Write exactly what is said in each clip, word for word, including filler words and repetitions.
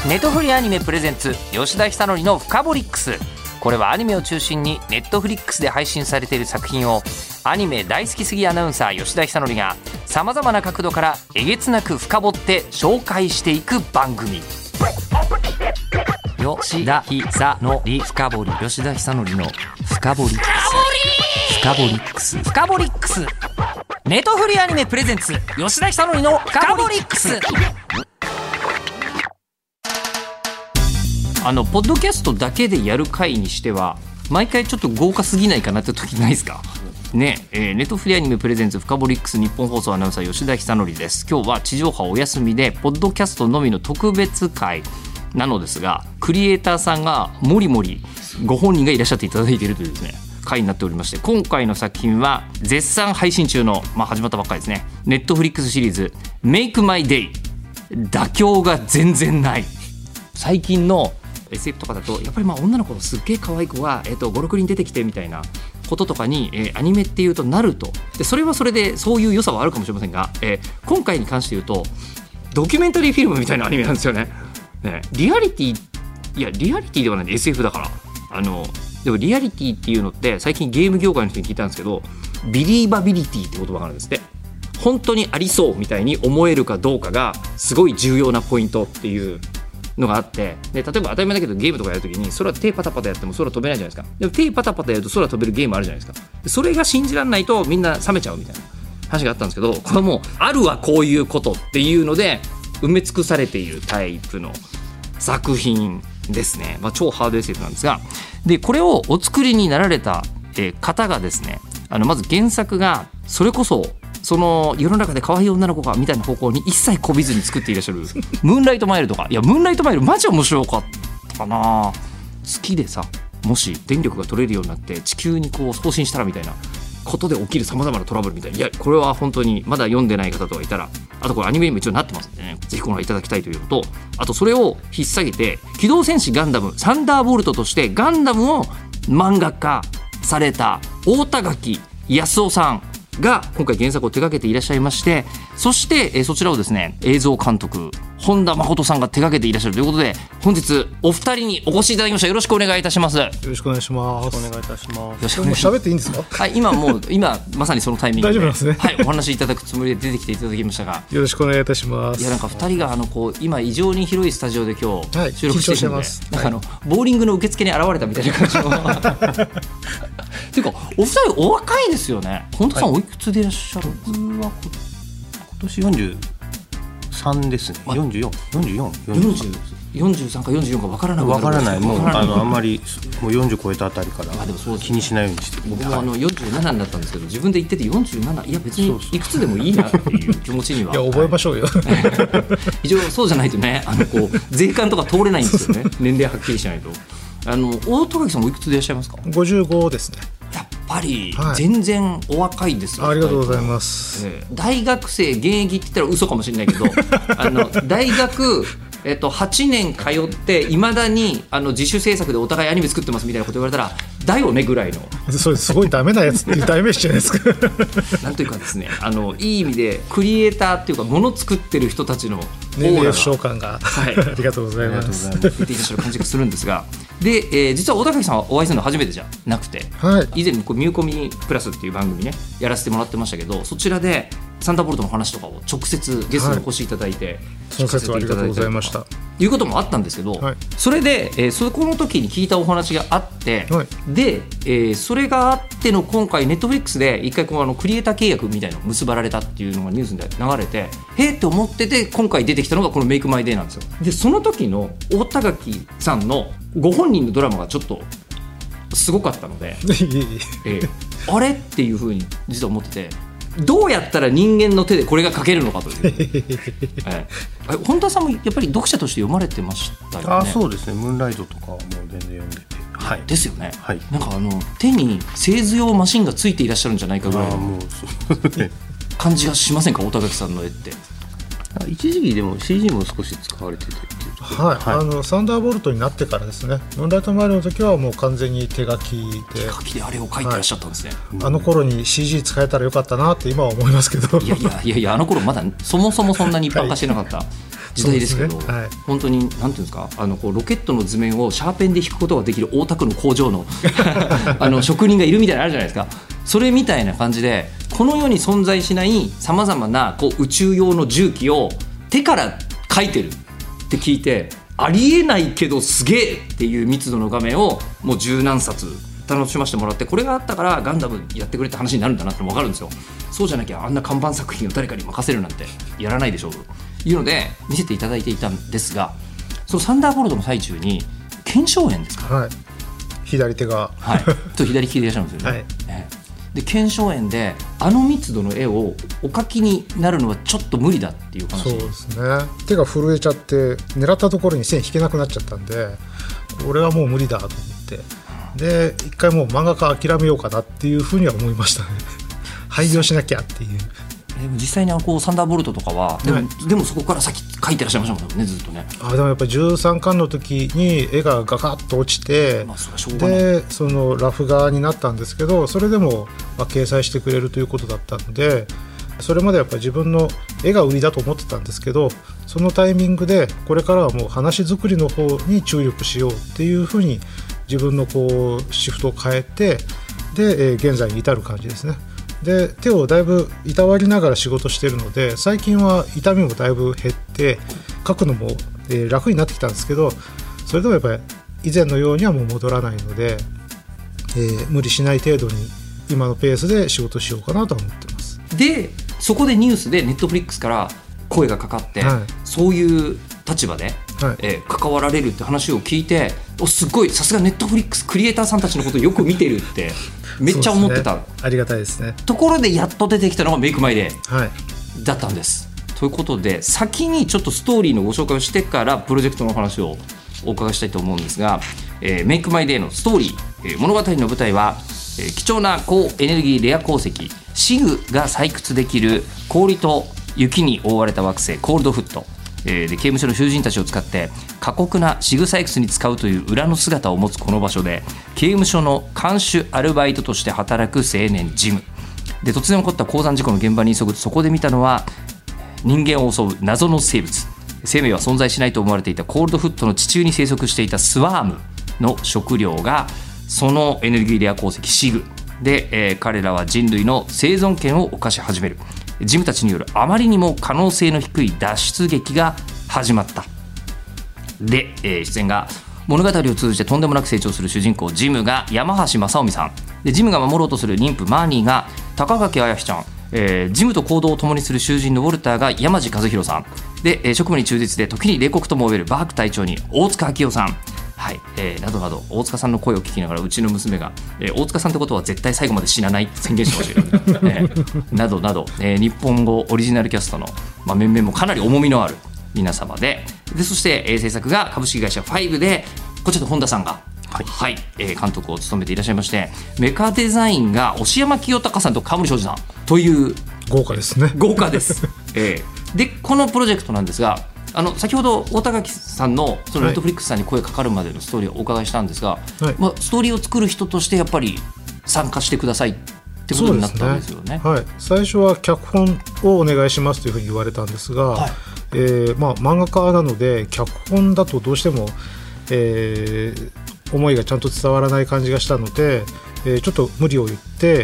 ネトフリアニメプレゼンツ吉田久典のフカボリックス。これはアニメを中心にネットフリックスで配信されている作品をアニメ大好きすぎアナウンサー吉田久典がさまざまな角度からえげつなく深掘って紹介していく番組。吉田久典深掘り吉田久典の深掘り深掘りックス深掘りックスネトフリアニメプレゼンツ吉田久典の深掘りックス。あのポッドキャストだけでやる回にしては毎回ちょっと豪華すぎないかなって時ないですかね。えー、ネットフリアニメプレゼンツフカボリックス日本放送アナウンサー吉田久典です。今日は地上波お休みでポッドキャストのみの特別回なのですが、クリエイターさんがもりもりご本人がいらっしゃっていただいているというですね回になっておりまして、今回の作品は絶賛配信中の、まあ、始まったばっかりですね、ネットフリックスシリーズメイクマイデイ、妥協が全然ない。最近の エスエフ とかだとやっぱりまあ女の子のすっげえ可愛い子が、えー、とごろくにん出てきてみたいなこととかに、えー、アニメっていうとなると、でそれはそれでそういう良さはあるかもしれませんが、えー、今回に関して言うとドキュメンタリーフィルムみたいなアニメなんですよね。ね、リアリティいやリアリティではない エスエフ だから、あのでもリアリティっていうのって最近ゲーム業界の人に聞いたんですけど、ビリーバビリティって言葉があるんですって。本当にありそうみたいに思えるかどうかがすごい重要なポイントっていうのがあって、で例えば当たり前だけどゲームとかやるときに空手パタパタやっても空飛べないじゃないですか。でも手パタパタやると空飛べるゲームあるじゃないですか。でそれが信じられないとみんな冷めちゃうみたいな話があったんですけど、これはもうあるはこういうことっていうので埋め尽くされているタイプの作品ですね。まあ、超ハード エスエフ なんですが、でこれをお作りになられた、えー、方がですね、あのまず原作がそれこそその世の中で可愛い女の子がみたいな方向に一切こびずに作っていらっしゃるムーンライトマイルとか、いやムーンライトマイルマジ面白かったかな。月でさ、もし電力が取れるようになって地球にこう送信したらみたいなことで起きるさまざまなトラブルみたいな、いやこれは本当にまだ読んでない方とかいたら、あとこれアニメにも一応なってますんでね、ぜひご覧いただきたいというのと、あとそれを引っ提げて機動戦士ガンダムサンダーボルトとしてガンダムを漫画化された大田垣康夫さんが今回原作を手掛けていらっしゃいまして、そしてえそちらをですね映像監督本田誠さんが手掛けていらっしゃるということで、本日お二人にお越しいただきました。よろしくお願いいたします。よろしくお願いします。 お願いいたします。 よろしくお願いします。もう喋っていいんですか？ はい、今もう今まさにそのタイミングで大丈夫なんですね。 はい、お話しいただくつもりで出てきていただきましたが、 よろしくお願いいたします。 いやなんか二人があのこう今異常に広いスタジオで今日収録しているので、はい、なんかあの、はい、ボーリングの受付に現れたみたいな感じのっていうかお二人お若いですよね。本田さん、はい、おいくつでいらっしゃる？ 僕は今年よんじゅうさんですね。よんじゅうよん、よんじゅうよん、 よんじゅうさんかよんじゅうよんか分からない。 分からない。もうあのあんまりもうよんじゅう超えたあたりからあでもそう気にしないようにして。 僕もあのよんじゅうななになったんですけど、自分で言っててよんじゅうなな、いや別にいくつでもいいなっていう気持ちには。 いや覚えましょうよ。 一応そうじゃないとね、あのこう税関とか通れないんですよね。年齢はっきりしないと。あの大戸垣さんもいくつでいらっしゃいますか？ ごじゅうごですね。 やっぱり全然お若いですよ、 はい、ありがとうございます、 えー、大学生現役って言ったら嘘かもしれないけどあの大学、えっと、はちねん通っていまだにあの自主制作でお互いアニメ作ってますみたいなこと言われたらだよねぐらいのそれすごいダメなやつっていう代名詞じゃないですか。 なんというかですね、あのいい意味でクリエイターっていうかもの作ってる人たちの年齢不詳感が、はい、ありがとうございます。 出ていらっしゃる感じがするんですが、で、えー、実は大竹さんはお会いするの初めてじゃなくて、はい、以前こうミューコミプラスっていう番組ねやらせてもらってましたけど、そちらでサンダーボルトの話とかを直接ゲストにお越しいただいて、はい、 その説はありがとうございました。 いうこともあったんですけど、はい、それで、えー、そこの時に聞いたお話があって、はい、で、えー、それがあっての今回ネットフリックスで一回こうあのクリエイター契約みたいなの結ばられたっていうのがニュースで流れて、へーって思ってて今回出てきたのがこのメイクマイデイなんですよ。でその時の大田垣さんのご本人のドラマがちょっとすごかったので、えー、あれっていう風に実は思ってて、どうやったら人間の手でこれが書けるのかという、えー、本田さんもやっぱり読者として読まれてましたよね。 あ、そうですね。ムーンライトとかはもう全然読んでて、 はい、ですよね、 はい、 なんかあの手に製図用マシンがついていらっしゃるんじゃないかぐらいの感じがしませんか、大田垣さんの絵って。 一時期でも シージー も少し使われててっていうところ、 はいはい、あのサンダーボルトになってからですね。ムーンライトマイルの時はもう完全に手書きで手書きであれを書いてらっしゃったんですね、 はい、あの頃に シージー 使えたらよかったなって今は思いますけど、 いやいやいやいや、あの頃まだそもそもそんなに一般化してなかった、はい、 時代ですけど、 そうですね、はい、 本当になんていうんですか、あのこうロケットの図面をシャーペンで引くことができる大田区の工場のあの職人がいるみたいなのあるじゃないですか。それみたいな感じで、この世に存在しないさまざまなこう宇宙用の重機を手から描いてるって聞いて、ありえないけどすげえっていう密度の画面をもう十何冊楽しませてもらって、これがあったからガンダムやってくれって話になるんだなって分かるんですよ。そうじゃなきゃあんな看板作品を誰かに任せるなんてやらないでしょうというので見せていただいていたんですが、そのサンダーボルトの最中に腱鞘炎ですか、 はい、左手が、 はい、ちょっと左利きでいらっしゃるんですよね、はい、ええで腱鞘炎であの密度の絵をお描きになるのはちょっと無理だっていう話。 そうですね、手が震えちゃって狙ったところに線引けなくなっちゃったんで、これはもう無理だと思って、で一回もう漫画家諦めようかなっていうふうには思いましたね廃業しなきゃっていう。 でも実際にあのこうサンダーボルトとかはでも、はい、でもそこから先書いてらっしゃいましたもんね、ずっとね。 あでもやっぱりじゅうさんかんの時に絵がガカッと落ちて、まあ、それはしょうがない。でそのラフ画になったんですけど、それでもまあ掲載してくれるということだったので、それまでやっぱり自分の絵が売りだと思ってたんですけど、そのタイミングでこれからはもう話作りの方に注力しようっていうふうに自分のこうシフトを変えて、で、えー、現在に至る感じですね。で手をだいぶいたわりながら仕事しているので、最近は痛みもだいぶ減って描くのも、えー、楽になってきたんですけど、それでもやっぱり以前のようにはもう戻らないので、えー、無理しない程度に今のペースで仕事しようかなと思ってます。 でそこでニュースでネットフリックスから声がかかって、はい、そういう立場で、はいえー、関わられるって話を聞いて、おすごいさすがネットフリックスクリエイターさんたちのことをよく見てるってめっちゃ思ってた、 ね、ありがたいですね。 ところでやっと出てきたのがメイクマイデーだったんです、はい、ということで先にちょっとストーリーのご紹介をしてからプロジェクトの話をお伺いしたいと思うんですが、えー、メイクマイデーのストーリー、えー、物語の舞台は、えー、貴重な高エネルギーレア鉱石シグが採掘できる氷と雪に覆われた惑星コールドフットで刑務所の囚人たちを使って過酷なシグ採掘に使うという裏の姿を持つこの場所で、刑務所の看守アルバイトとして働く青年ジムで、突然起こった鉱山事故の現場に急ぐと、そこで見たのは人間を襲う謎の生物、生命は存在しないと思われていたコールドフットの地中に生息していたスワームの食料がそのエネルギーレア鉱石シグで、えー、彼らは人類の生存権を侵し始める。ジムたちによるあまりにも可能性の低い脱出劇が始まったで、えー、出演が物語を通じてとんでもなく成長する主人公ジムが山橋正臣さんで、ジムが守ろうとする妊婦マーニーが高垣彩ちゃん、えー、ジムと行動を共にする囚人のウォルターが山地和弘さんで、えー、職務に忠実で時に冷酷とも覚えるバーク隊長に大塚明夫さん、はいえー、などなど大塚さんの声を聞きながらうちの娘が、えー、大塚さんってことは絶対最後まで死なないって宣言してましたけど、ねえー、などなど、えー、日本語オリジナルキャストの、まあ、面々もかなり重みのある皆様 で, でそして、えー、制作が株式会社ファイブでこちらと本田さんが、はいはいえー、監督を務めていらっしゃいまして、メカデザインが押山清隆さんと川森庄司さんという豪華ですね。 豪華です、えー、でこのプロジェクトなんですが、あの先ほど大高木さんのそのネットフリックスさんに声かかるまでのストーリーをお伺いしたんですが、はいまあ、ストーリーを作る人としてやっぱり参加してくださいってことになったんですよね。 はい、最初は脚本をお願いしますというふうに言われたんですが、はいえーまあ、漫画家なので脚本だとどうしても、えー、思いがちゃんと伝わらない感じがしたので、えー、ちょっと無理を言って、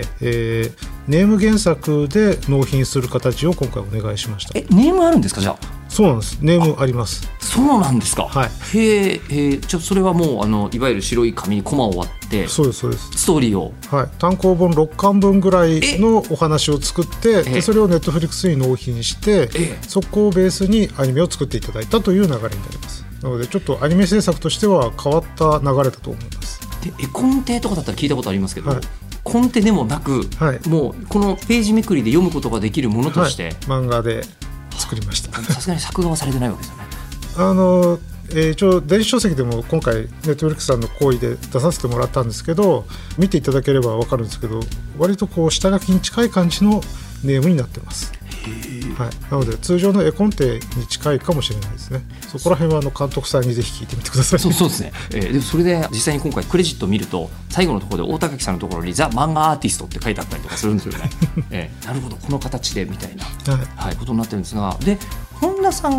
えー、ネーム原作で納品する形を今回お願いしました。 えネームあるんですか？じゃあそうなんです。ネームあります。 そうなんですか。 はい、 へえ、えじゃあそれはもうあのいわゆる白い紙にコマを割ってそうですそうですストーリーを、 はい、単行本ろっかんぶんぐらいのお話を作ってでそれをネットフリックスに納品してそこをベースにアニメを作っていただいたという流れになります。なのでちょっとアニメ制作としては変わった流れだと思います。 で絵コンテとかだったら聞いたことありますけど、はい、コンテでもなく、はい、もうこのページめくりで読むことができるものとして、はい、 漫画で作りました。 さすがに作画はされてないわけですよね。 あの、えー、一応電子書籍でも今回ネットフリックスさんの行為で出させてもらったんですけど、見ていただければ分かるんですけど割とこう下書きに近い感じのネームになってます。はい、なので通常の絵コンテに近いかもしれないですね。そこら辺はあの監督さんにぜひ聞いてみてください。 そう、そうですね、えー、でそれで実際に今回クレジットを見ると最後のところで大高木さんのところにザ・漫画アーティストって書いてあったりとかするんですよね、えー、なるほどこの形でみたいな、はいはい、ことになってるんですが、で本田さんが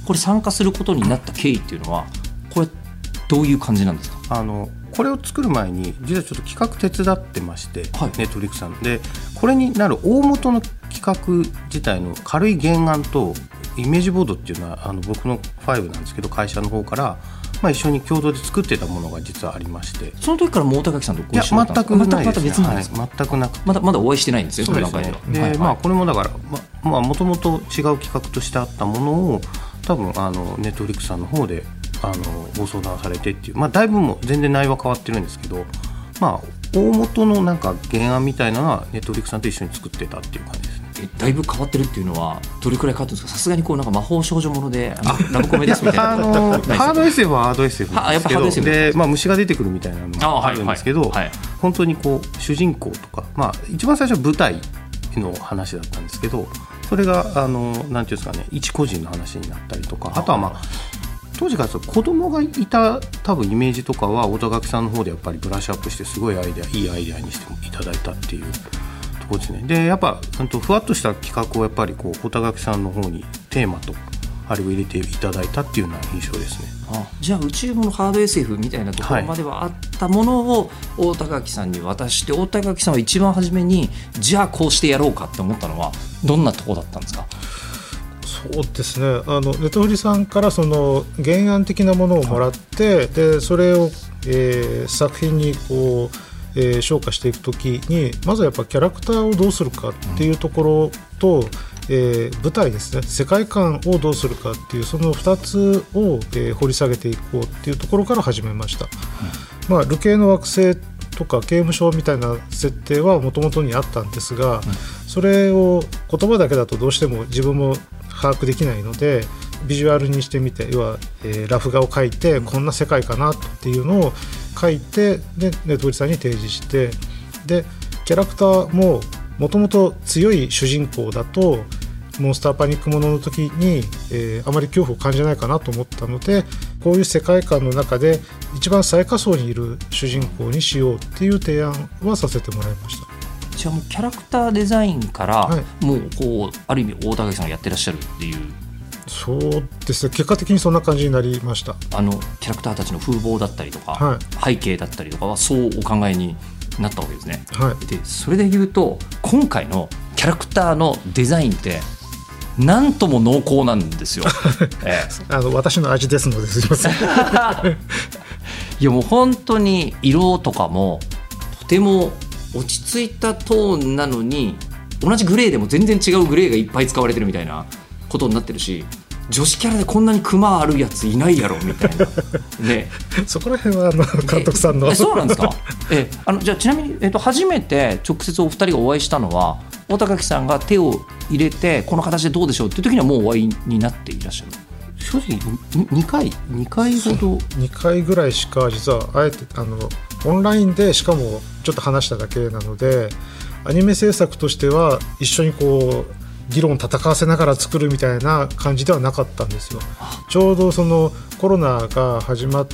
これ参加することになった経緯っていうのはこれどういう感じなんですか？ あのこれを作る前に実はちょっと企画手伝ってまして、 はい、 ネットフリックスさんでこれになる大元の企画自体の軽い原案とイメージボードっていうのはあの僕のファイブなんですけど会社の方から、まあ、一緒に共同で作ってたものが実はありまして、 その時からもう大垣さんとご一緒だったんですか？ いや全くないですね。 全く別なんですか？ はい、全くなくてまだまだお会いしてないんですよ。 そうですね。で、はいはい、まあ、これもだからまあもともと違う企画としてあったものを多分あのネットフリックスさんの方であのご相談されてっていう、まあ、だいぶもう全然内容は変わってるんですけど、まあ、大元のなんか原案みたいなのはネットフリックスさんと一緒に作ってたっていう感じですね。 えだいぶ変わってるっていうのはどれくらい変わってるんですか？さすがにこうなんか魔法少女ものであのラブコメですみたいなあのハード エスエフ はハード エスエフ なんですけど、で、まあ、虫が出てくるみたいなのもあるんですけど、はいはいはい、本当にこう主人公とか、まあ、一番最初は舞台の話だったんですけど、それがあのなんていうんですかね、一個人の話になったりとか、あとはまあ当時から子供がいた多分イメージとかは大垣さんの方でやっぱりブラッシュアップしてすごいアイデアいいアイデアにしていただいたっていうところですね。でやっぱふわっとした企画をやっぱりこう大垣さんの方にテーマとあれを入れていただいたっていうような印象ですね。 あじゃあ宇宙ものハード エスエフ みたいなところまではあったものを大垣さんに渡して、大垣さんは一番初めにじゃあこうしてやろうかって思ったのはどんなところだったんですか？ そうですね、あのネトフリさんからその原案的なものをもらって、はい、でそれを、えー、作品にこう、えー、昇華していくときにまずはやっぱキャラクターをどうするかっていうところと、うんえー、舞台ですね、世界観をどうするかっていうそのふたつを、えー、掘り下げていこうっていうところから始めました。うんまあ、流刑の惑星とか刑務所みたいな設定はもともとにあったんですが、うん、それを言葉だけだとどうしても自分も把握できないのでビジュアルにしてみて、要は、えー、ラフ画を描いてこんな世界かなっていうのを描いて、でネットフリさんに提示して、でキャラクターももともと強い主人公だとモンスターパニックものの時に、えー、あまり恐怖を感じないかなと思ったので、こういう世界観の中で一番最下層にいる主人公にしようっていう提案はさせてもらいました。 じゃあもうキャラクターデザインから、はい、もうこうある意味大竹さんがやってらっしゃるっていう。 そうですね、結果的にそんな感じになりました。 あのキャラクターたちの風貌だったりとか、はい、背景だったりとかはそうお考えになったわけですね。はい、でそれでいうと今回のキャラクターのデザインってなんとも濃厚なんですよ、ええ、あの私の味ですのですいませんいやもう本当に色とかもとても落ち着いたトーンなのに同じグレーでも全然違うグレーがいっぱい使われてるみたいなことになってるし、女子キャラでこんなにクマあるやついないやろみたいな、ね、 そこら辺はあの監督さんのえそうなんですかえあのじゃあちなみに、えっと、初めて直接お二人がお会いしたのは大竹さんが手を入れてこの形でどうでしょうっていう時にはもうお会いになっていらっしゃる？ 正直にかいにかいほどにかいぐらいしか実はあえてあのオンラインでしかもちょっと話しただけなので、アニメ制作としては一緒にこう議論を戦わせながら作るみたいな感じではなかったんですよ。ちょうどそのコロナが始まって、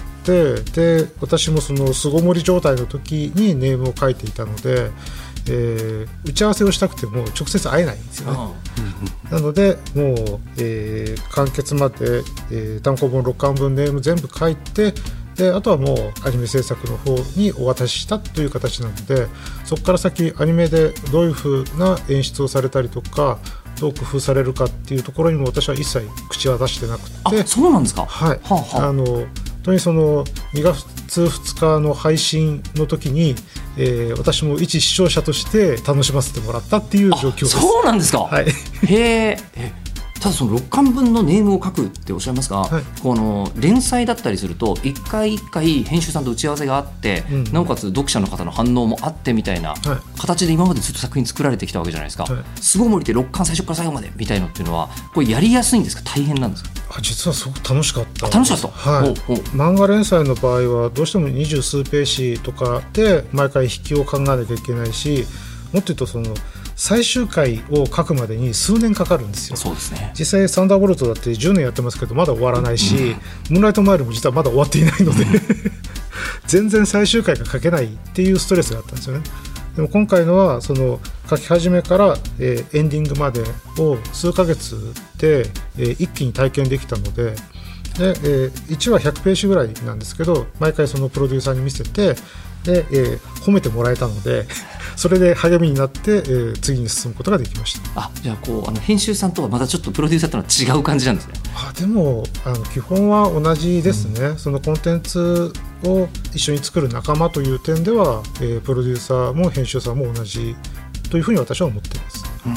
で私もその巣ごもり状態の時にネームを書いていたので、えー、打ち合わせをしたくても直接会えないんですよね。なのでもう、えー、完結まで、えー、単行本ろっかんぶんネーム全部書いて、であとはもうアニメ制作の方にお渡ししたという形なので、そこから先アニメでどういう風な演出をされたりとかどう工夫されるかっていうところにも私は一切口は出してなくて。 あ、そうなんですか。 はい、 はあはあ、 あの本当にそのにがつふつかの配信の時に、えー、私も一視聴者として楽しませてもらったっていう状況です。 そうなんですか。 はい、 へえ。ただそのろっかんぶんのネームを書くっておっしゃいますが、はい、この連載だったりすると一回一回編集さんと打ち合わせがあって、うん、なおかつ読者の方の反応もあってみたいな形で今までずっと作品作られてきたわけじゃないですか。巣ごもりでろっかん最初から最後までみたいのっていうのはこれやりやすいんですか、大変なんですか？ あ、実はすごく楽しかった。 楽しかった、 はい、おうおう漫画連載の場合はどうしても二十数ページとかで毎回引きを考えなきゃいけないし、もっと言うとその最終回を書くまでに数年かかるんですよ。 そうですね。 実際サンダーボルトだってじゅうねんやってますけどまだ終わらないし、うん、ムーンライトマイルも実はまだ終わっていないので、うん、全然最終回が書けないっていうストレスがあったんですよね。 でも今回のはその書き始めから、えー、エンディングまでを数ヶ月で、えー、一気に体験できたので、で、えー、いちわひゃくページぐらいなんですけど、毎回そのプロデューサーに見せて、で、えー、褒めてもらえたのでそれで励みになって、えー、次に進むことができました。 あ、じゃあこうあの編集さんとはまたちょっとプロデューサーとのは違う感じなんですね。 あ、でもあの基本は同じですね、うん、そのコンテンツを一緒に作る仲間という点では、えー、プロデューサーも編集さんも同じというふうに私は思っています、 うん、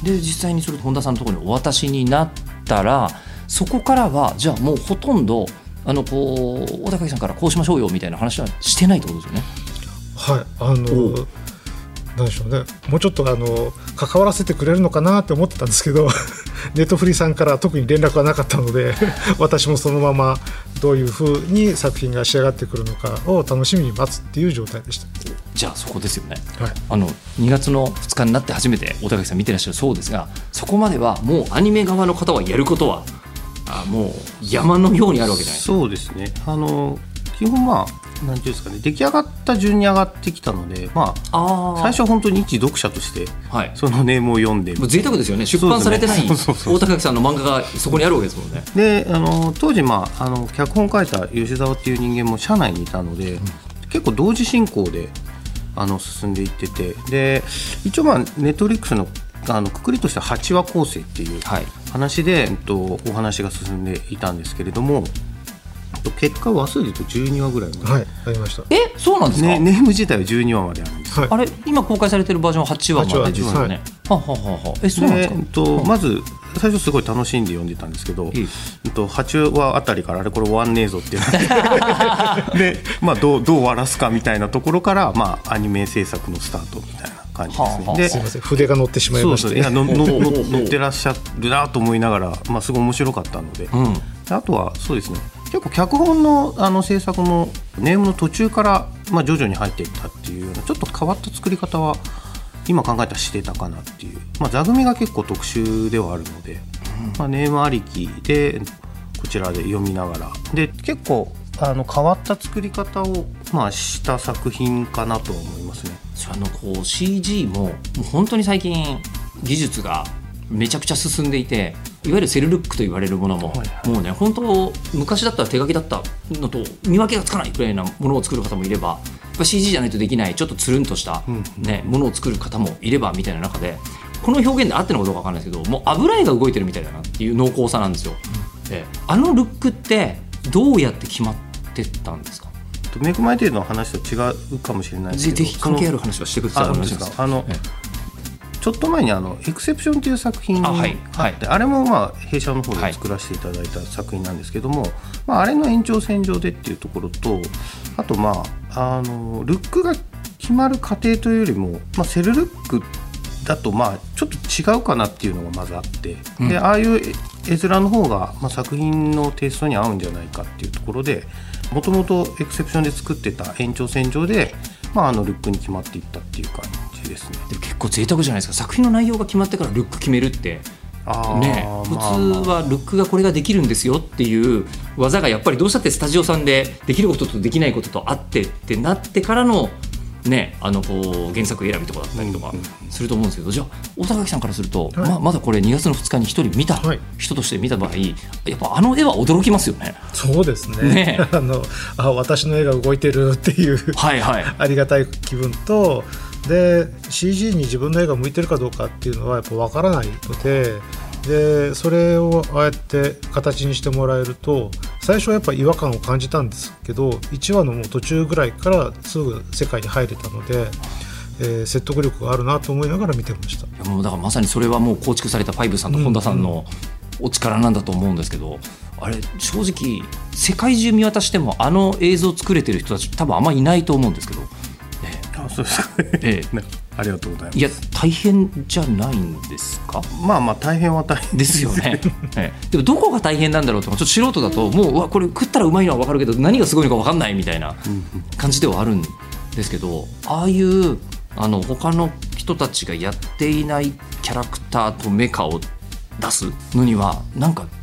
で実際にそれ本田さんのところにお渡しになったら、そこからはじゃあもうほとんどあのこう大高木さんからこうしましょうよみたいな話はしてないってことですよね。 はい、あのなんでしょうね、もうちょっとあの関わらせてくれるのかなって思ってたんですけどネットフリさんから特に連絡はなかったので私もそのままどういうふうに作品が仕上がってくるのかを楽しみに待つっていう状態でした。 じゃあそこですよね、 はい、 あのにがつのふつかになって初めて大高木さん見てらっしゃるそうですが、そこまではもうアニメ側の方はやることはあもう山のようにあるわけじゃないですか。 そうですね、あの基本まあなんていうんですかね、出来上がった順に上がってきたので、まあ、あ最初は本当に一読者として、はい、そのネームを読んで、 もう贅沢ですよね、出版されてない大高木さんの漫画がそこにあるわけですもんね。 であの当時、まあ、あの脚本書いた吉沢っていう人間も社内にいたので、うん、結構同時進行であの進んでいってて、で一応まあネットフリックスのあのくくりとしてははちわ構成っていう話で、はい、えっと、お話が進んでいたんですけれども、結果話数で言うとじゅうにわぐらいまで、 はい、ありました。 え、そうなんですか、 ね、ネーム自体はじゅうにわまであるんです、 はい、あれ今公開されてるバージョンははちわまでですよね。ははははえ、そうなんですか。 えっと、まず最初すごい楽しんで読んでたんですけど、えっと、はちわあたりからあれこれ終わんねえぞっていうで、まあ、どう、どう終わらすかみたいなところから、まあ、アニメ制作のスタートみたいな感じですね。はあはあ、 ですいません、筆が乗ってしまいまして、 そうそう、いやののの乗ってらっしゃるなと思いながら、まあ、すごい面白かったので、うん、あとはそうですね、結構脚本 の, あの制作もネームの途中から、まあ、徐々に入っていったっていうようなちょっと変わった作り方は今考えたらしてたかなっていう、まあ、座組が結構特殊ではあるので、うん、まあ、ネームありきでこちらで読みながらで結構あの変わった作り方を、まあ、した作品かなとは思いますね。 あのこう シージー も, もう本当に最近技術がめちゃくちゃ進んでいて、いわゆるセルルックと言われるものも、はいはい、もうね本当昔だったら手書きだったのと見分けがつかないくらいなものを作る方もいれば、やっぱ シージー じゃないとできないちょっとつるんとした、ね、ものを作る方もいればみたいな中で、この表現で合ってるのかどうか分かんないですけど、もう油絵が動いてるみたいだなっていう濃厚さなんですよ、うん、であのルックってどうやって決まってったんですか。 メイクマイデーの話と違うかもしれないですけど、 ぜひ関係ある話はしてください。 ああの、ええちょっと前にあのエクセプションという作品があって、あ、はいはい、あれもまあ弊社の方で作らせていただいた作品なんですけども、はい、まあ、あれの延長線上でっていうところと、あとまああのルックが決まる過程というよりも、まあ、セルルックだとまあちょっと違うかなっていうのがまずあって、うん、でああいう絵面の方がまあ作品のテイストに合うんじゃないかっていうところで、もともとエクセプションで作ってた延長線上で、まあ、あのルックに決まっていったっていう感じですね。 でも結構贅沢じゃないですか、作品の内容が決まってからルック決めるって。あ、ね、普通はルックがこれができるんですよっていう技がやっぱりどうしたってスタジオさんでできることとできないこととあってってなってからの、ね、あのこう原作選びとかだったりとかすると思うんですけど、じゃあ大高木さんからすると、はい、まあ、まだこれにがつのふつかにひとり見た人として見た場合、やっぱあの絵は驚きますよね。 そうですね、ねあのあ私の絵が動いてるっていう、はいはい、ありがたい気分と、で シージー に自分の絵が向いてるかどうかっていうのはやっぱ分からないので、でそれをああやって形にしてもらえると、最初はやっぱ違和感を感じたんですけど、いちわのもう途中ぐらいからすぐ世界に入れたので、えー、説得力があるなと思いながら見てました。いや、もうだからまさにそれはもう構築されたファイブさんと本田さんのお力なんだと思うんですけど、うんうん、あれ正直世界中見渡してもあの映像を作れてる人たち多分あんまいないと思うんですけど、 あ、そうですか、ええ、ありがとうございます。 いや大変じゃないんですか。 まあまあ大変は大変ですよね、ええ、でもどこが大変なんだろうとか、ちょっと素人だともううわこれ食ったらうまいのは分かるけど何がすごいのか分かんないみたいな感じではあるんですけど、ああいうあの他の人たちがやっていないキャラクターとメカを出すのにはなんか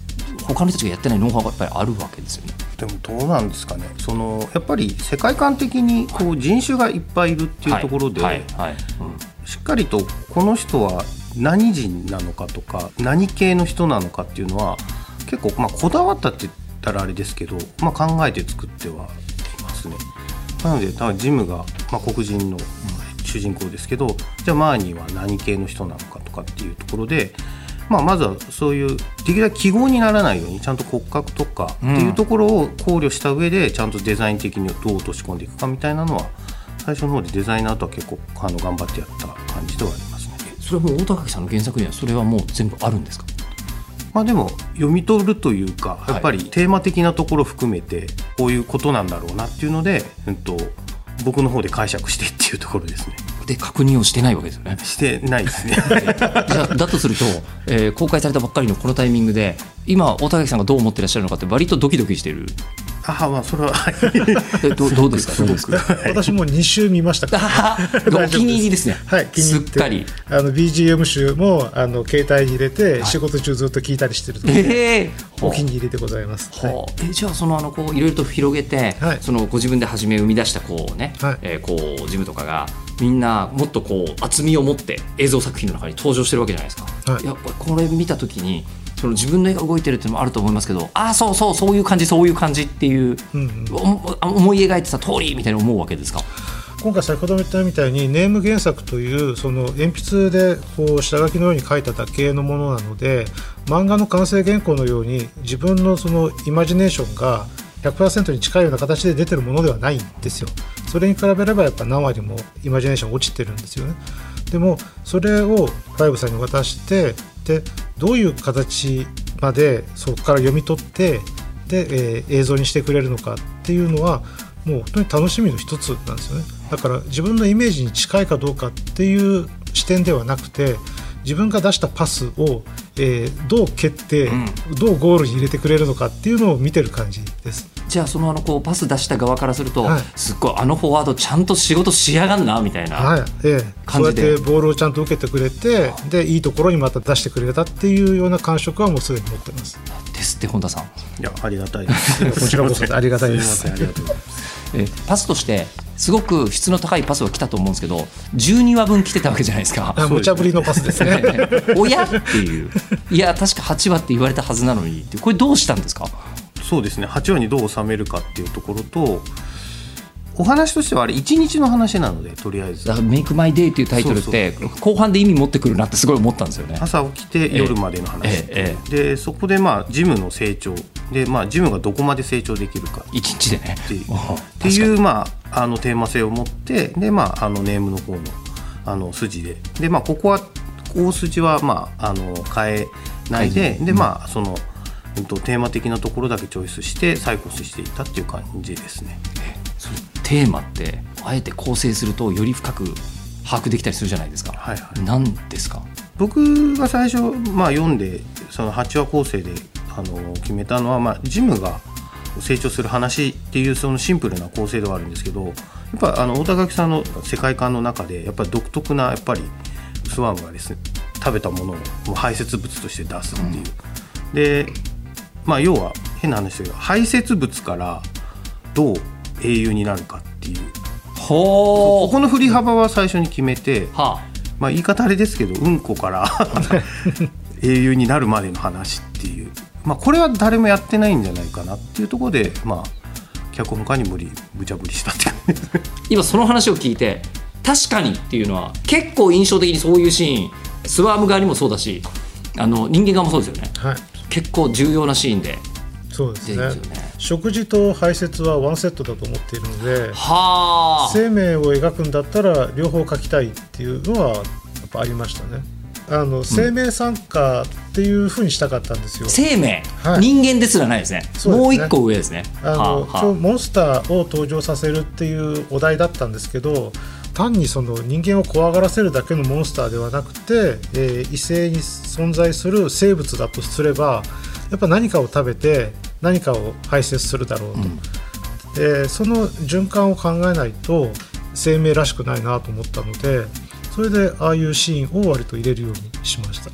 他の人たちがやってないノウハウがやっぱりあるわけですよね。 でもどうなんですかね、そのやっぱり世界観的にこう人種がいっぱいいるっていうところで、はいはいはいうん、しっかりとこの人は何人なのかとか何系の人なのかっていうのは結構、まあ、こだわったって言ったらあれですけど、まあ、考えて作ってはいますね。なので多分ジムが、まあ、黒人の主人公ですけど、じゃあマーニーは何系の人なのかとかっていうところで、まあ、まずはそういうできるだけ記号にならないようにちゃんと骨格とかっていうところを考慮した上でちゃんとデザイン的にどう落とし込んでいくかみたいなのは最初の方でデザイナーとは結構あの頑張ってやった感じではありますね。 それはもう大高木さんの原作にはそれはもう全部あるんですか？ まあ、でも読み取るというかやっぱりテーマ的なところを含めてこういうことなんだろうなっていうので、うん、と僕の方で解釈してっていうところですね。 で確認をしてないわけですよね。 してないですねじゃあだとすると、えー、公開されたばっかりのこのタイミングで今大高木さんがどう思ってらっしゃるのかって割とドキドキしてる。 あまあそれはど, どうですかどうですか私もに週見ましたからお気に入りですね。 はい、気に入ってすっかりあの ビージーエム 集もあの携帯に入れて仕事中ずっと聞いたりしてるので、えー、お気に入りでございます。 はあえじゃあそのあのこういろいろと広げて、はい、そのご自分で初め生み出したこうね、はいえー、こうジムとかがみんなもっとこう厚みを持って映像作品の中に登場してるわけじゃないですか、はい、やっぱこれ見た時にその自分の絵が動いてるっていうのもあると思いますけど、ああそうそうそういう感じそういう感じっていう、うんうん、思い描いてた通りみたいに思うわけですか？ 今回先ほども言ったみたいにネーム原作というその鉛筆でこう下書きのように書いただけのものなので、漫画の完成原稿のように自分のそのイマジネーションが ひゃくパーセント に近いような形で出てるものではないんですよ。それに比べればやっぱ何割もイマジネーション落ちてるんですよね。でもそれをファイブさんに渡してでどういう形までそこから読み取ってで、えー、映像にしてくれるのかっていうのはもう本当に楽しみの一つなんですよね。だから自分のイメージに近いかどうかっていう視点ではなくて、自分が出したパスを、えー、どう蹴って、うん、どうゴールに入れてくれるのかっていうのを見てる感じです。 じゃあそのあのこうパス出した側からすると、はい、すっごいあのフォワードちゃんと仕事しやがんなみたいな感じで、はいええ、そうやってボールをちゃんと受けてくれてでいいところにまた出してくれたっていうような感触はもうすでに持ってます。 ですって本田さん。 いやありがたいですこちらこそありがたいです。 すいませんありがとうございます。 えパスとしてすごく質の高いパスが来たと思うんですけどじゅうにわぶん来てたわけじゃないですか。 無茶ぶりのパスですねおやっていういや確かはちわって言われたはずなのにってこれどうしたんですか？ そうですねはちわにどう収めるかっていうところとお話としてはあれいちにちの話なのでとりあえずメイクマイデイというタイトルって後半で意味持ってくるなってすごい思ったんですよね。 朝起きて夜までの話、ええええ、でそこでまあジムの成長で、まあ、ジムがどこまで成長できるかいちにちでねっていう、っていうまあ、あのテーマ性を持ってで、まあ、あのネームの方の、あの筋でで、まあ、ここは大筋は、まあ、あの変えないで、はい、でまあそのテーマ的なところだけチョイスしてサイコスしていったっていう感じですね。 それテーマってあえて構成するとより深く把握できたりするじゃないですか、はいはい、何ですか？ 僕が最初、まあ、読んでそのはちわ構成であの決めたのは、まあ、ジムが成長する話っていうそのシンプルな構成ではあるんですけど、やっぱあの大高木さんの世界観の中でやっぱり独特なやっぱりスワームがですね食べたものを排泄物として出すっていう、うん、でまあ、要は変な話ですけど排泄物からどう英雄になるかっていうほここの振り幅は最初に決めて、はあまあ、言い方あれですけどうんこから英雄になるまでの話っていう、まあ、これは誰もやってないんじゃないかなっていうところで、まあ、脚本家に無理無茶ぶりしたっていう今その話を聞いて確かにっていうのは結構印象的にそういうシーンスワーム側にもそうだしあの人間側もそうですよね、はい結構重要なシーンでそうですね。食事と排泄はワンセットだと思っているのでは生命を描くんだったら両方描きたいっていうのはやっぱありましたね。あの生命参加っていう風にしたかったんですよ、うん、 生命、はい、人間ですらないですね。ですねもう一個上ですね。 あのはあ、モンスターを登場させるっていうお題だったんですけど単にその人間を怖がらせるだけのモンスターではなくて、えー、異性に存在する生物だとすればやっぱ何かを食べて何かを排泄するだろうと、うんえー、その循環を考えないと生命らしくないなと思ったのでそれでああいうシーンを割と入れるようにしました。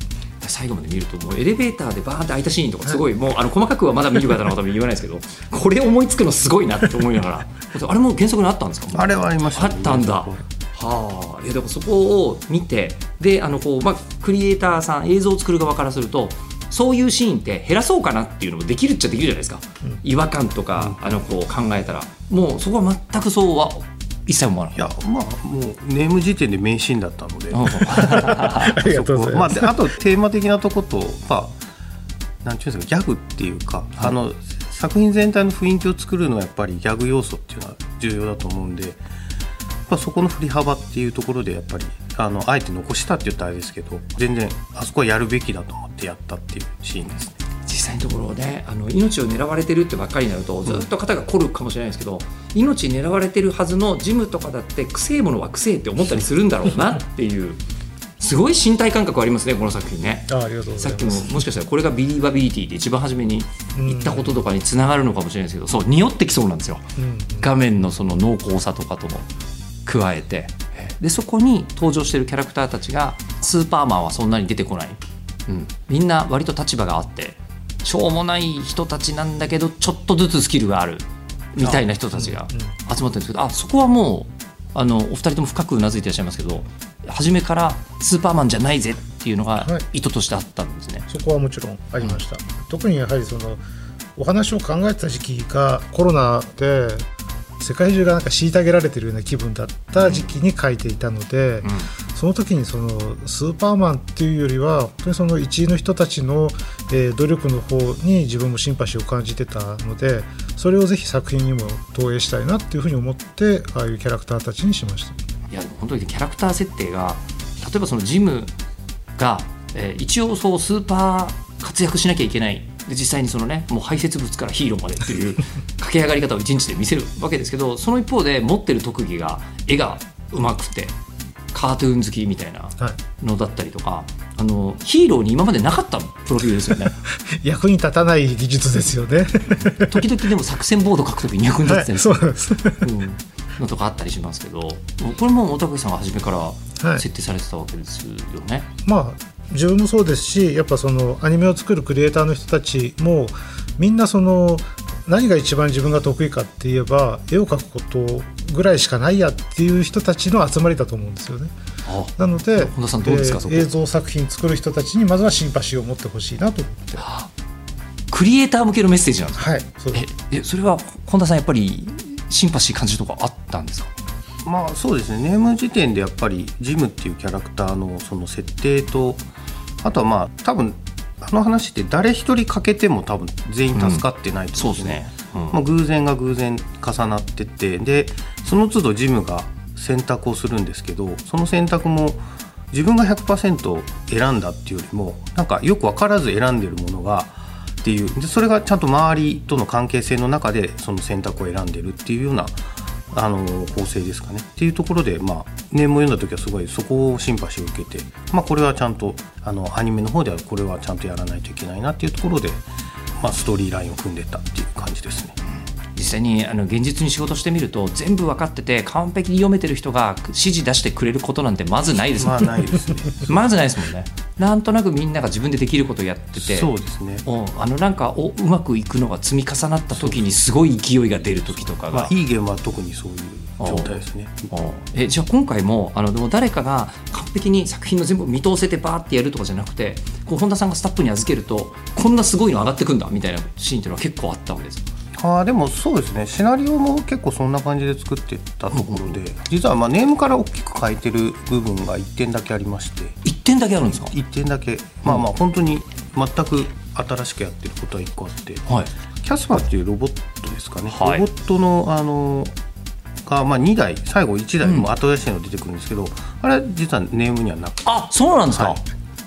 最後まで見るともうエレベーターでバーンって開いたシーンとかすごいもうあの細かくはまだ見る方の方も言わないですけどこれ思いつくのすごいなって思いながらあれも原作にあったんですか？ あれはありました、 ね、あったんだ。はあ、いやでもそこを見てであのこう、まあ、クリエイターさん映像を作る側からするとそういうシーンって減らそうかなっていうのもできるっちゃできるじゃないですか、うん、違和感とか、うん、あのこう考えたらもうそこは全くそうは一切思わない。 いやまあもうネーム時点で名シーンだったのでありがとうございます。 まあ、あとテーマ的なとこと、まあ、なんていうんですかギャグっていうか、はい、あの作品全体の雰囲気を作るのはやっぱりギャグ要素っていうのは重要だと思うんで、まあ、そこの振り幅っていうところでやっぱり あのあえて残したって言ったらあれですけど全然あそこはやるべきだと思ってやったっていうシーンですね。 実際のところねあの命を狙われてるってばっかりになるとずっと肩が凝るかもしれないですけど、うん、命狙われてるはずのジムとかだってくせえものはくせえって思ったりするんだろうなっていうすごい身体感覚ありますねこの作品ね。 あありがとうございます。 さっきももしかしたらこれがビリバビリティで一番初めに言ったこととかにつながるのかもしれないですけど、うん、そう匂ってきそうなんですよ、うん、画面のその濃厚さとかとも加えてでそこに登場しているキャラクターたちがスーパーマンはそんなに出てこない、うん、みんな割と立場があってしょうもない人たちなんだけどちょっとずつスキルがあるみたいな人たちが集まってるんですけど あ, あそこはもうあのお二人とも深くうなずいていらっしゃいますけど初めからスーパーマンじゃないぜっていうのが意図としてあったんですね、はい、 そこはもちろんありました、うん、特にやはりそのお話を考えてた時期がコロナで世界中がなんか虐げられているような気分だった時期に書いていたので、うんうん、その時にそのスーパーマンっていうよりは本当にその一位の人たちの、えー、努力の方に自分もシンパシーを感じてたのでそれをぜひ作品にも投影したいなっていうふうに思ってああいうキャラクターたちにしました。 いや本当にキャラクター設定が例えばそのジムが、えー、一応そうスーパー活躍しなきゃいけないで実際にそのねもう排泄物からヒーローまでっていう駆け上がり方を一日で見せるわけですけどその一方で持ってる特技が絵が上手くてカートゥーン好きみたいなのだったりとか、はい、あのヒーローに今までなかったプロフィールですよね役に立たない技術ですよね時々でも作戦ボード書くときに役に立ってたりする、 はい、そうです、 うんのとかあったりしますけどこれも大竹さんが初めから設定されてたわけですよね、はい、 まあ自分もそうですしやっぱそのアニメを作るクリエイターの人たちもみんなその何が一番自分が得意かって言えば絵を描くことぐらいしかないやっていう人たちの集まりだと思うんですよね。ああなので本田さんどうですか、えー、 映像作品作る人たちにまずはシンパシーを持ってほしいなと思って、はあ、 クリエイター向けのメッセージなんですか？ はいそうです。 えそれは本田さんやっぱりシンパシー感じるとかあったんですか？ まあそうですねネーム時点でやっぱりジムっていうキャラクターのその設定とあとはまあ多分あの話って誰一人欠けても多分全員助かってないと思うんですね、うんそうですね、うんまあ、偶然が偶然重なっててでその都度ジムが選択をするんですけどその選択も自分が ひゃくパーセント 選んだっていうよりもなんかよく分からず選んでるものがっていうでそれがちゃんと周りとの関係性の中でその選択を選んでるっていうようなあの構成ですかねっていうところで、まあ、ネームを読んだ時はすごいそこをシンパシーを受けて、まあ、これはちゃんとあのアニメの方ではこれはちゃんとやらないといけないなっていうところで、まあ、ストーリーラインを組んでったっていう感じですね。 実際にあの現実に仕事してみると全部分かってて完璧に読めてる人が指示出してくれることなんてまずないですもんね。 まあないですねまずないですもんね。なんとなくみんなが自分でできることをやっててそうですねおあのなんかおうまくいくのが積み重なった時にすごい勢いが出る時とかが、 まあ、いいゲームは特にそういう状態ですね。 えじゃあ今回もあのでも誰かが完璧に作品の全部見通せてバーってやるとかじゃなくてこう本田さんがスタッフに預けるとこんなすごいの上がってくんだみたいなシーンっていうのは結構あったわけです。 あでもそうですねシナリオも結構そんな感じで作ってたところで、うん、実はまあネームから大きく書いてる部分がいってんだけありましていってんだけあるんですか？ いってんだけ、まあまあ本当に全く新しくやってることはいっこあって、はい、キャスパーっていうロボットですかね、はい、ロボットのあのがまあにだい最後いちだいも新しいの出てくるんですけど、うん、あれ実はネームにはなくてあそうなんですか、はい、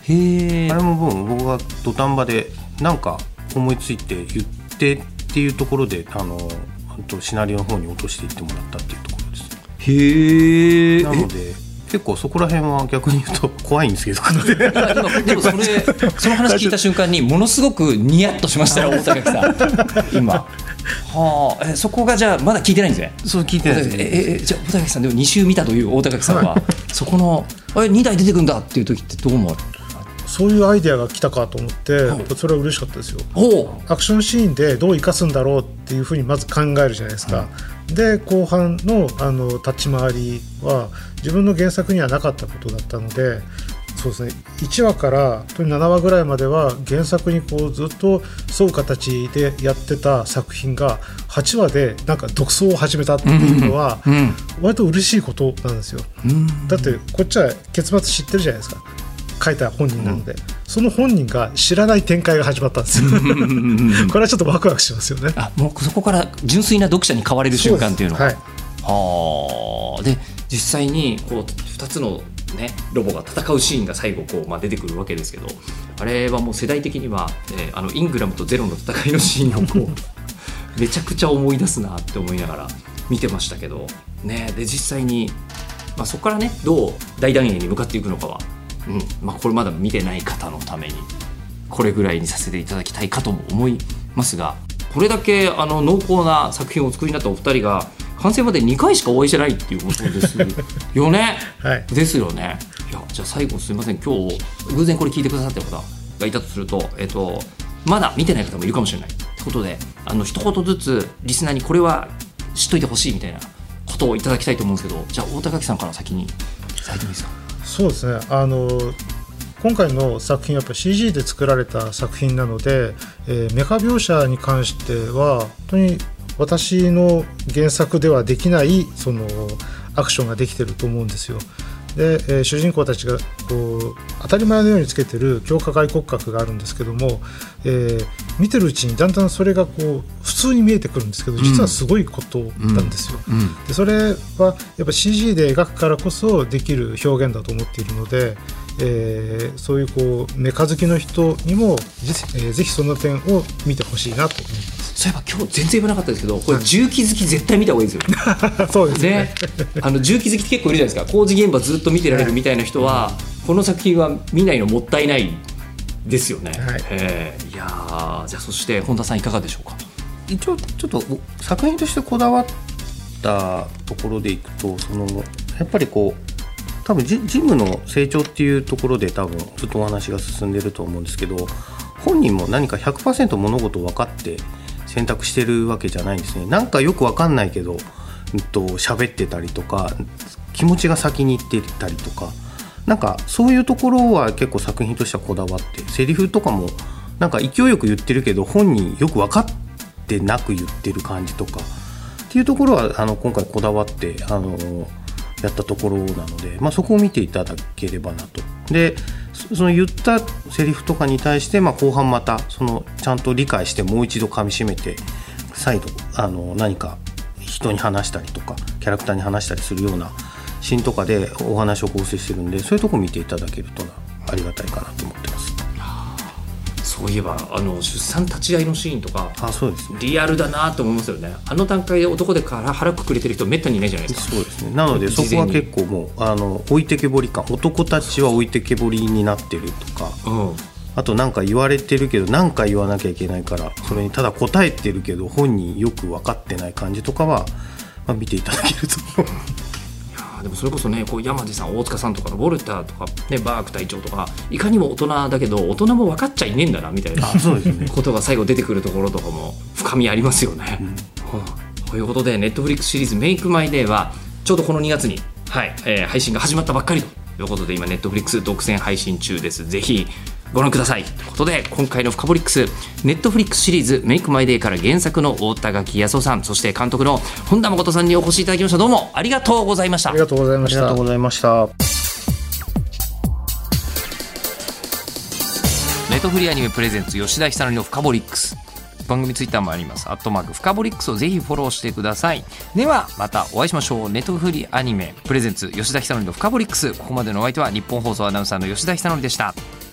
へあれも僕が土壇場でなんか思いついて言ってっていうところであのシナリオの方に落としていってもらったっていうところです。 へえ。 なので結構そこら辺は逆に言うと怖いんですけどでもそれその話聞いた瞬間にものすごくニヤッとしましたよ大竹さん今はあえそこがじゃあまだ聞いてないんですね。 そう聞いてないです、ね、 ええじゃあ大竹さんでもに週見たという大竹さんはそこのえにだい出てくんだっていう時ってどう思う？ そういうアイデアが来たかと思ってそれは嬉しかったですよ。アクションシーンでどう生かすんだろうっていうふうにまず考えるじゃないですか、うん、で後半 の, あの立ち回りは自分の原作にはなかったことだったので、そうですね、いちわからななわぐらいまでは原作にこうずっと沿う形でやってた作品がはちわでなんか独走を始めたっていうのは割と嬉しいことなんですよ、うん、だってこっちは結末知ってるじゃないですか、書いた本人なので、うん、その本人が知らない展開が始まったんですよこれはちょっとワクワクしますよね。 あ、もうそこから純粋な読者に変われる瞬間っていうのは、はい、はで実際にこうふたつのね、ロボが戦うシーンが最後こう、まあ、出てくるわけですけど、あれはもう世代的には、えー、あのイングラムとゼロの戦いのシーンをこうめちゃくちゃ思い出すなって思いながら見てましたけど、ね、で実際に、まあ、そこからねどう大団円に向かっていくのかは、うんまあ、これまだ見てない方のためにこれぐらいにさせていただきたいかとも思いますが、これだけあの濃厚な作品をお作りになったお二人が完成までにかいしかお会いしてないっていうことですよね、はい、ですよね。いやじゃあ最後すみません、今日偶然これ聞いてくださった方がいたとすると、えっと、まだ見てない方もいるかもしれないということで、あの一言ずつリスナーにこれは知っといてほしいみたいなことをいただきたいと思うんですけど、じゃあ大高木さんから先にされてもいいですか。 そうですね、あの今回の作品はやっぱ シージー で作られた作品なので、えー、メカ描写に関しては本当に私の原作ではできないそのアクションができてると思うんですよ。で、えー、主人公たちがこう当たり前のようにつけてる強化外骨格があるんですけども、えー、見てるうちにだんだんそれがこう普通に見えてくるんですけど、実はすごいことなんですよ、うんうん、でそれはやっぱ シージー で描くからこそできる表現だと思っているので、えー、そういうこうメカ好きの人にもぜひ、えー、ぜひその点を見てほしいなと思います。 そういえば今日全然言わなかったですけど、これ重機好き絶対見た方がいいですよそうですねね、 あの重機好きって結構いるじゃないですか。工事現場ずっと見てられるみたいな人は、はい、この作品は見ないのもったいないですよね、はい、えー、いやじゃあそして本田さんいかがでしょうか。 一応ちょっと作品としてこだわったところでいくと、そのやっぱりこう多分ジムの成長っていうところで多分ずっとお話が進んでると思うんですけど、本人も何か ひゃくパーセント 物事を分かって選択してるわけじゃないんですね。なんかよく分かんないけど、うんと、喋ってたりとか気持ちが先に行ってたりとか、なんかそういうところは結構作品としてはこだわって、セリフとかもなんか勢いよく言ってるけど本人よく分かってなく言ってる感じとかっていうところはあの今回こだわってあのやったところなので、まあ、そこを見ていただければなと。でその言ったセリフとかに対して、まあ、後半またそのちゃんと理解してもう一度噛み締めて再度あの何か人に話したりとかキャラクターに話したりするようなシーンとかでお話を構成してるんで、そういうところを見ていただけるとありがたいかなと思ってます。 そういえばあの出産立ち会いのシーンとか、 あ、そうですね、 リアルだなと思いますよね。あの段階で男でから腹くくれてる人めったにいないじゃないですか。 そうですね、なのでそこは結構もうあの置いてけぼり感、男たちは置いてけぼりになってるとか、うん、あとなんか言われてるけど何か言わなきゃいけないからそれにただ答えてるけど本人よく分かってない感じとかは、まあ、見ていただけるとでもそれこそね、こう山地さん、大塚さんとかのウォルターとか、ね、バーク隊長とかいかにも大人だけど大人も分かっちゃいねえんだなみたいなことが最後出てくるところとかも深みありますよね、うんうん、ということでネットフリックスシリーズメイクマイデーはちょうどこのにがつに、はいえー、配信が始まったばっかりということで今ネットフリックス独占配信中です。ぜひご覧くださいということで、今回のフカボリックスネットフリックスシリーズメイクマイデーから原作の大田垣康夫さん、そして監督の本田誠さんにお越しいただきました。どうもありがとうございました。 ありがとうございました。 ありがとうございました。 ネットフリアニメプレゼンツ吉田久典のフカボリックス、番組ツイッターもあります。アットマークフカボリックスをぜひフォローしてください。ではまたお会いしましょう。ネットフリアニメプレゼンツ吉田久典のフカボリックス、ここまでのお相手は日本放送アナウンサーの吉田久典でした。